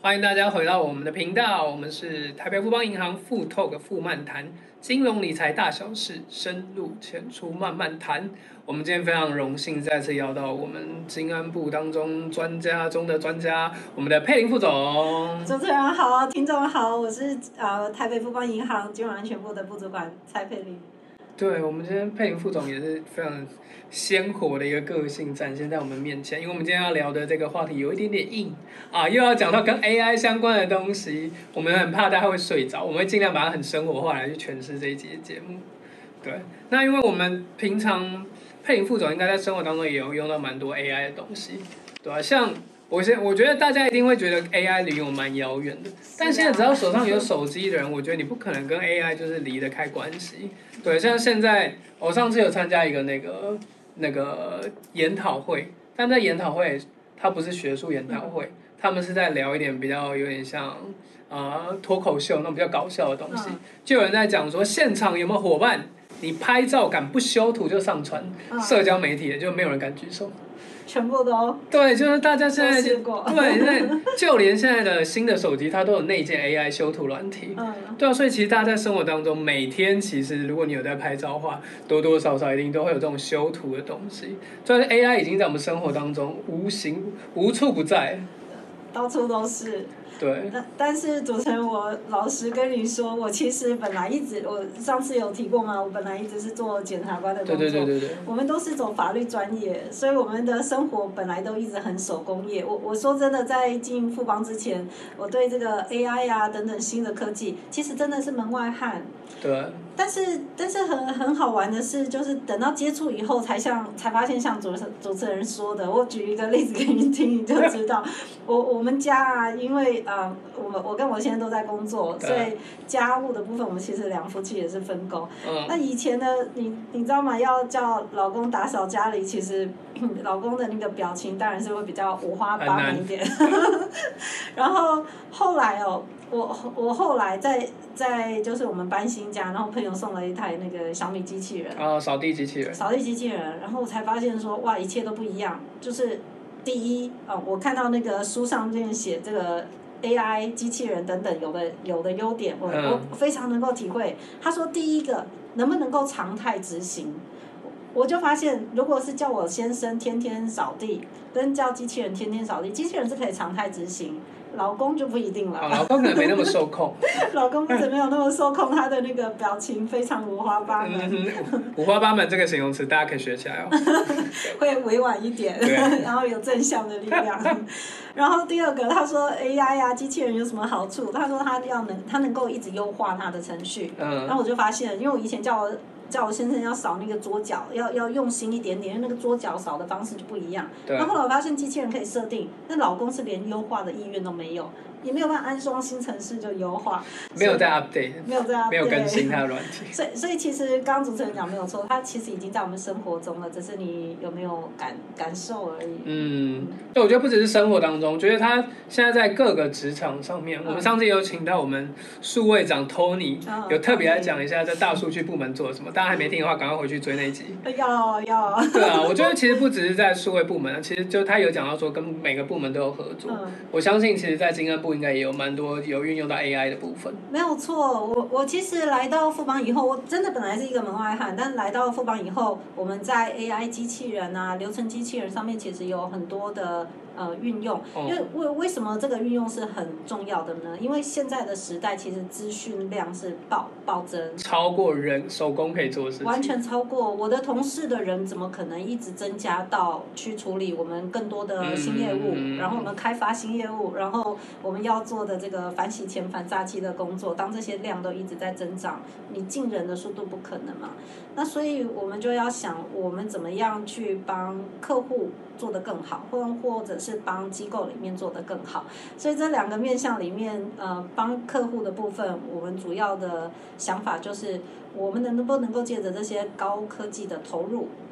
欢迎大家回到我们的频道，我们是台北富邦银行富 Talk 富漫谈，金融理财大小事，深入浅出慢慢谈。我们今天非常荣幸再次邀到我们金安部当中专家中的专家，我们的佩玲副总。 主持人好，听众好，我是台北富邦银行金融安全部的部主管蔡佩玲。 对，我们今天佩玲副总也是非常鲜活的一个个性展现在我们面前，因为我们今天要聊的这个话题有一点点硬啊，又要讲到跟 AI 相关的东西，我们很怕大家会睡着，我们会尽量把它很生活化来去诠释这一集的节目。对，那因为我们平常佩玲副总应该在生活当中也有用到蛮多 AI 的东西，对吧？像我觉得大家一定会觉得 AI 离我蛮遥远的，但现在只要手上有手机的人，我觉得你不可能跟 AI 就是离得开关系。对，像现在我上次有参加一个那个研讨会，但在研讨会它不是学术研讨会，他们是在聊一点比较有点像脱口秀那种比较搞笑的东西，就有人在讲说现场有没有伙伴，你拍照敢不修图就上传社交媒体的，就没有人敢举手。 全部都对，就是大家现在就对，就连现在的新的手机，它都有内建 AI 修图软体。对啊，所以其实大家在生活当中，每天其实如果你有在拍照的话，多多少少一定都会有这种修图的东西。所以 AI 已经在我们生活当中无处不在， 到处都是。 对， 但是主持人，我老实跟你说，我其实本来我上次有提过嘛，我本来一直是做检察官的工作， 对， 我们都是走法律专业，所以我们的生活本来都一直很手工业。我说真的，在进富邦之前，我对这个 AI 啊等等新的科技，其实真的是门外汉。 对。 但是很好玩的是，就是等到接触以后才发现像主持人说的，我举一个例子给你听，你就知道。我们家啊，因为我跟我先生都在工作，所以家务的部分我们其实两夫妻也是分工。那以前呢，你知道吗？要叫老公打扫家里，其实老公的那个表情当然是会比较五花八门一点。然后后来哦。我后来在就是我们搬新家，然后朋友送了一台那个小米机器人。 扫地机器人。 扫地机器人，然后我才发现说，哇，一切都不一样。就是第一我看到那个书上面写这个 AI 机器人等等有的优点，我非常能够体会。他说第一个能不能够常态执行，我就发现，如果是叫我先生天天扫地，跟叫机器人天天扫地，机器人是可以常态执行。老公就不一定了。 老公可能没那么受控。 老公不止没有那么受控，他的那个表情非常五花八门。 五花八门这个形容词大家可以学起来哦。 会委婉一点，然后有正向的力量。然后第二个，他说 AI 啊，机器人有什么好处？他说他能够一直优化他的程序。然后我就发现，因为我以前叫我先生要扫那个桌角，要用心一点点，因为那个桌角扫的方式就不一样。然后后来我发现机器人可以设定，但老公是连优化的意愿都没有，也没有办法安装新程式就优化。 没有在 update。 没有更新它的软体。 所以其实刚刚主持人讲没有错，它其实已经在我们生活中了，只是你有没有感受而已。 对，我觉得不只是生活当中，我觉得他现在在各个职场上面，我们上次也有请到我们数位长 Tony，有特别来讲一下在大数据部门做了什么。大家还没听的话，赶快回去追那一集。 要。 对啊，我觉得其实不只是在数位部门，其实就他有讲到说跟每个部门都有合作。我相信其实在金安部应该也有蛮多有运用到 AI 的部分。 没有错，我其实来到富邦以后，我真的本来是一个门外汉，但来到富邦以后，我们在 AI 机器人啊、流程机器人上面其实有很多的运用。因为为什么这个运用是很重要的呢？因为现在的时代其实资讯量是暴增， 超过人手工可以做的事情， 完全超过我的同事的人怎么可能一直增加到去处理我们更多的新业务，然后我们开发新业务，然后我们要做的这个反洗钱、反诈欺的工作，当这些量都一直在增长，你进人的速度不可能嘛？那所以我们就要想，我们怎么样去帮客户做得更好，或者是帮机构里面做得更好。所以这两个面向里面，帮客户的部分，我们主要的想法就是，我们能不能够借着这些高科技的投入，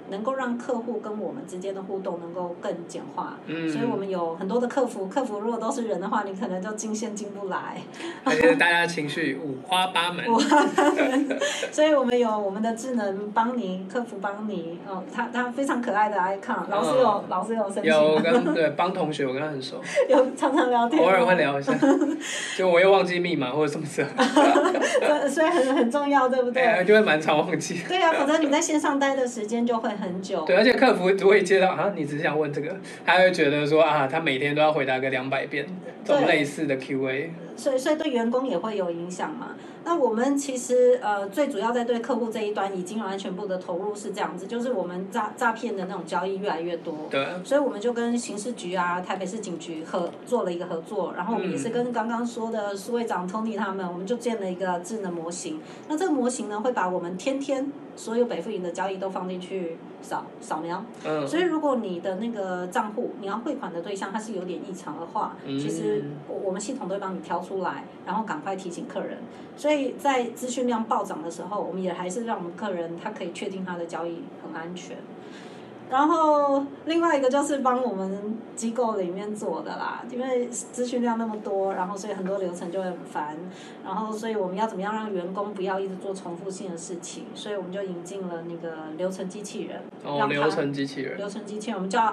能够让客户跟我们之间的互动能够更简化。所以我们有很多的客服如果都是人的话，你可能就进线进不来。 而且大家情绪五花八门。 所以我们有我们的智能帮你，客服帮你，他非常可爱的 icon， 老师有申请。 有对帮同学，我跟他很熟。 有常常聊天。 偶尔会聊一下，就我又忘记密码或者什么事。 所以很重要，对不对？ 就会蛮常忘记。 对啊，否则你在线上待的时间就会很久。 对，而且客服如果一接到你只是想问这个，他会觉得说他每天都要回答个200遍这种类似的 QA。 所以对员工也会有影响嘛。那我们其实最主要在对客户这一端，以金融安全部的投入是这样子，就是我们诈骗的那种交易越来越多， 对， 所以我们就跟刑事局啊、台北市警局做了一个合作，然后我们也是跟刚刚说的苏会长 Tony 他们，我们就建了一个智能模型。那这个模型呢，会把我们天天所有北富银的交易都放进去扫描。所以如果你的那个账户你要汇款的对象它是有点异常的话，其实我们系统都会帮你挑出来，然后赶快提醒客人。所以在资讯量暴涨的时候，我们也还是让我们客人他可以确定他的交易很安全。然后另外一个就是帮我们机构里面做的啦，因为资讯量那么多，然后所以很多流程就会很烦，然后所以我们要怎么样让员工不要一直做重复性的事情，所以我们就引进了那个流程机器人。 流程机器人。 流程机器人，我们叫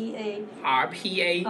RPA。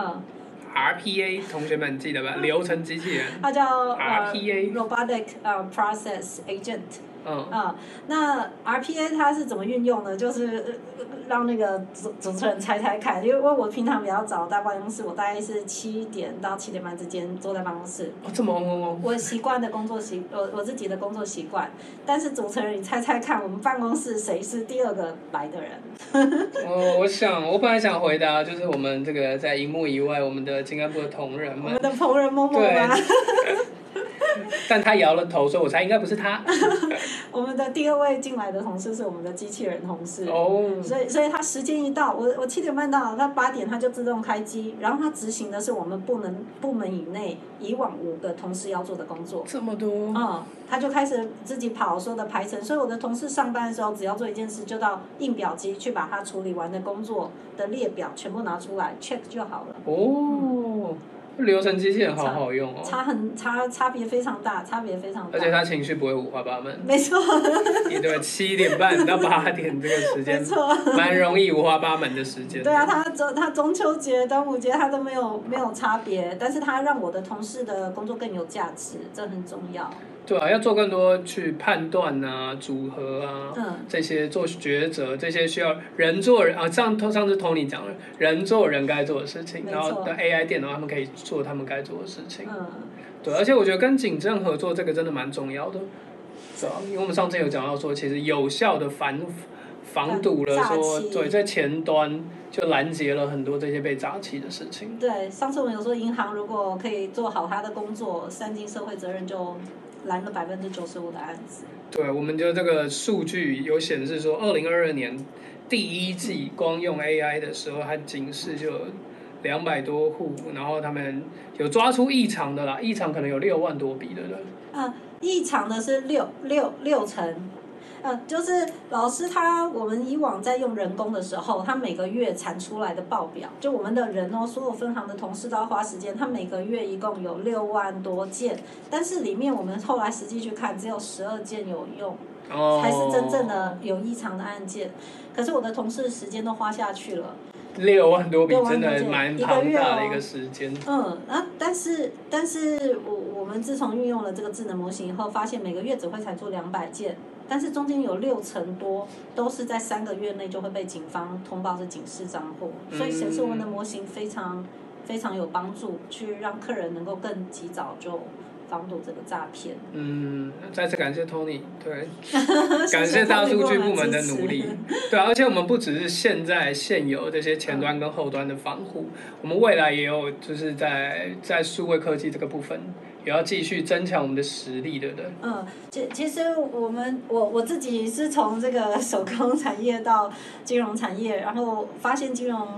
RPA 同学们记得吧？流程机器人。 它叫 RPA Robotic Process Agent。那 RPA 它是怎么运用呢？就是让那个主持人猜猜看，因为我平常比较早到办公室，我大概是7点到7点半之间坐在办公室。 这么我习惯的我自己的工作习惯，但是主持人，你猜猜看，我们办公室谁是第2个来的人？ 我本来想回答，就是我们这个在荧幕以外，我们的金安部的同仁们。 我们的同仁默默吗？ 但他摇了头，所以我猜应该不是他。 我们的第2位进来的同事是我们的机器人同事。所以他时间一到，我7点半到，他8点他就自动开机，然后他执行的是我们部门以内以往5个同事要做的工作。 这么多。 他就开始自己跑所有的排程，所以我的同事上班的时候只要做一件事，就到印表机去把他处理完的工作的列表全部拿出来 check 就好了。 流程机器人好好用哦。 差别非常大，而且他情绪不会五花八门。 没错。 对，7点半到8点这个时间，没错，蛮容易五花八门的时间。 对啊，他中秋节、端午节他都没有差别，但是他让我的同事的工作更有价值，这很重要。 对啊，要做更多去判断啊、组合啊，这些做抉择，这些需要人做人啊。上次 Tony 讲了，人做人该做的事情，然后的 AI 电脑他们可以做他们该做的事情。对，而且我觉得跟警政合作这个真的蛮重要的，对啊，因为我们上次有讲到说，其实有效的防堵了说，对，在前端就拦截了很多这些被诈欺的事情。 对，上次我们有说银行如果可以做好他的工作，善尽社会责任就拦了95%的案子。 对，我们就这个数据有显示说，2022年第1季光用 AI 的时候，它警示就200多户，然后他们有抓出异常的啦，异常可能有6万多笔的人。 异常的是六成。就是老师我们以往在用人工的时候，他每个月产出来的报表，就我们的人所有分行的同事都要花时间，他每个月一共有6万多件，但是里面我们后来实际去看，只有12件有用，才是真正的有异常的案件。可是我的同事时间都花下去了。 6万多笔真的蛮庞大的一个时间。 但是我们自从运用了这个智能模型以后，发现每个月只会产出200件，但是中间有60%多都是在3个月内就会被警方通报是警示账户，所以显示我们的模型非常非常有帮助，去让客人能够更及早就防堵这个诈骗。 再次感谢 Tony， 对，感谢大数据部门的努力。对，而且我们不只是现有这些前端跟后端的防护，我们未来也有就是在数位科技这个部分，也要继续增强我们的实力，对不对？ 其实我自己是从这个手工产业到金融产业，然后发现金融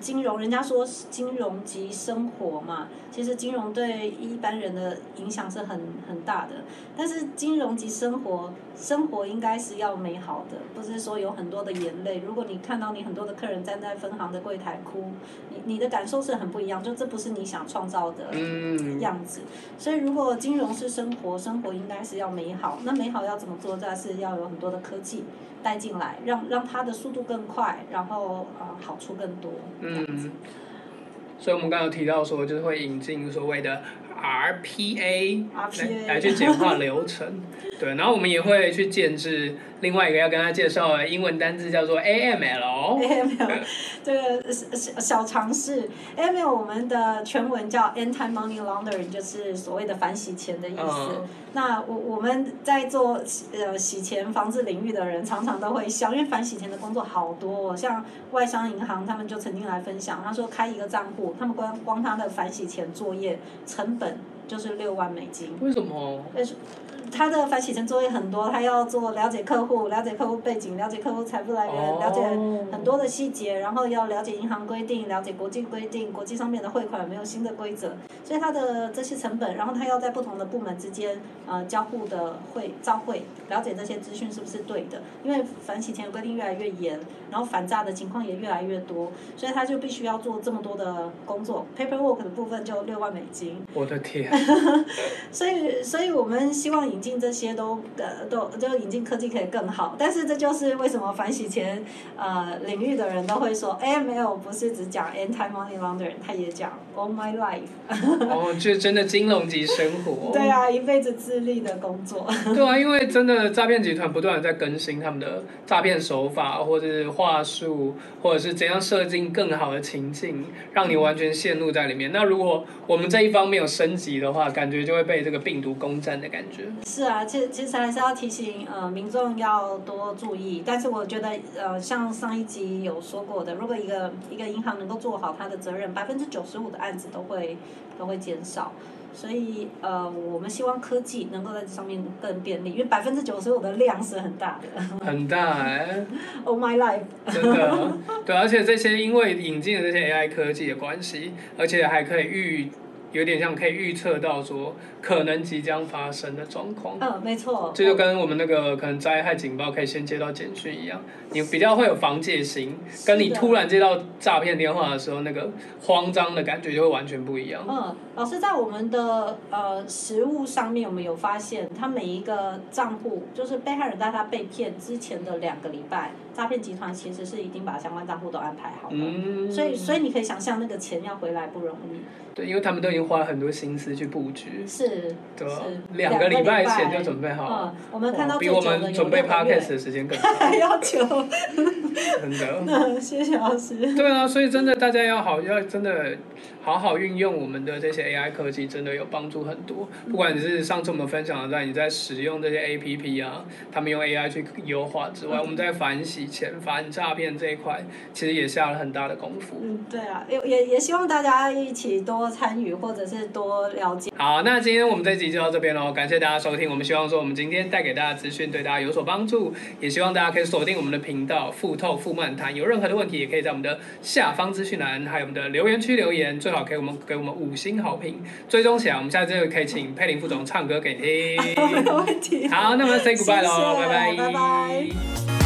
金融，人家说金融及生活嘛，其实金融对一般人的影响是很大的。但是金融及生活应该是要美好的，不是说有很多的眼泪。如果你看到你很多的客人站在分行的柜台哭，你的感受是很不一样，就这不是你想创造的样子。所以如果金融是生活应该是要美好。那美好要怎么做？这是要有很多的科技带进来，让它的速度更快，然后好处更多。 所以我们刚刚有提到说，就是会引进所谓的 RPA 来去简化流程，对，然后我们也会去建制另外一个要跟他介绍的英文单字叫做 AML。AML 这个小常识 ，AML 我们的全文叫 Anti-Money Laundering， 就是所谓的反洗钱的意思。那我们在做洗钱防治领域的人，常常都会笑，因为反洗钱的工作好多像外商银行他们就曾经来分享，他说开一个账户，他们光他的反洗钱作业成本就是$6万。 为什么？ 他的反洗钱作业很多，他要做了解客户背景，了解客户财富来源，了解很多的细节，然后要了解银行规定，了解国际规定，国际上面的汇款有没有新的规则，所以他的这些成本，然后他要在不同的部门之间交互的照会，了解这些资讯是不是对的，因为反洗钱的规定越来越严，然后反诈的情况也越来越多，所以他就必须要做这么多的工作 ，paperwork 的部分就$6万。 我的天！ 所以我们希望引进这些都引进科技可以更好，但是这就是为什么反洗钱领域的人都会说 AML 不是只讲 Anti-Money Laundering， 他也讲 All My Life。 就真的金融级生活。 对啊，一辈子致力的工作。 对啊，因为真的诈骗集团不断的在更新他们的诈骗手法，或者是话术，或者是怎样设计更好的情境，让你完全陷入在里面。那如果我们这一方没有升级的话，感觉就会被这个病毒攻占的感觉。 是啊，其实还是要提醒民众要多注意。但是我觉得像上一集有说过的，如果一个银行能够做好它的责任，95%的案子都会减少。所以我们希望科技能够在这上面更便利，因为95%的量是很大的。 很大 Oh my life！ 真的，对，而且这些因为引进了这些 AI 科技的关系，而且还可以有点像可以预测到说可能即将发生的状况。 没错。 这就跟我们那个可能灾害警报可以先接到简讯一样，你比较会有防戒心，跟你突然接到诈骗电话的时候那个慌张的感觉就会完全不一样。 老师在我们的实务上面，我们有发现，他每一个账户就是被害人在他被骗之前的2个礼拜，诈骗集团其实是已经把相关账户都安排好了。所以你可以想象那个钱要回来不容易。 对，因为他们都已经花了很多心思去布局。 是。 对啊，2个礼拜前就准备好了。 我们看到最久的有6个月。 比我们准备 podcast 的时间更长。 要求。 真的。 谢谢老师。 对啊，所以真的大家要真的好好运用我们的这些 AI 科技，真的有帮助很多。不管你是上次我们分享的，你在使用这些 APP 啊，他们用 AI 去优化之外，我们在反洗钱、反诈骗这一块，其实也下了很大的功夫。 对啊，也希望大家一起多参与，或者是多了解。 好，那今天我们这集就到这边咯，感谢大家收听。我们希望说我们今天带给大家的资讯对大家有所帮助，也希望大家可以锁定我们的频道富透富漫谈，有任何的问题也可以在我们的下方资讯栏还有我们的留言区留言，最好可以给我们5星好评，追踪起来。我们下次可以请佩玲副总唱歌给你听。 没问题。 好，那我们 say goodbye 咯，拜拜。 拜拜。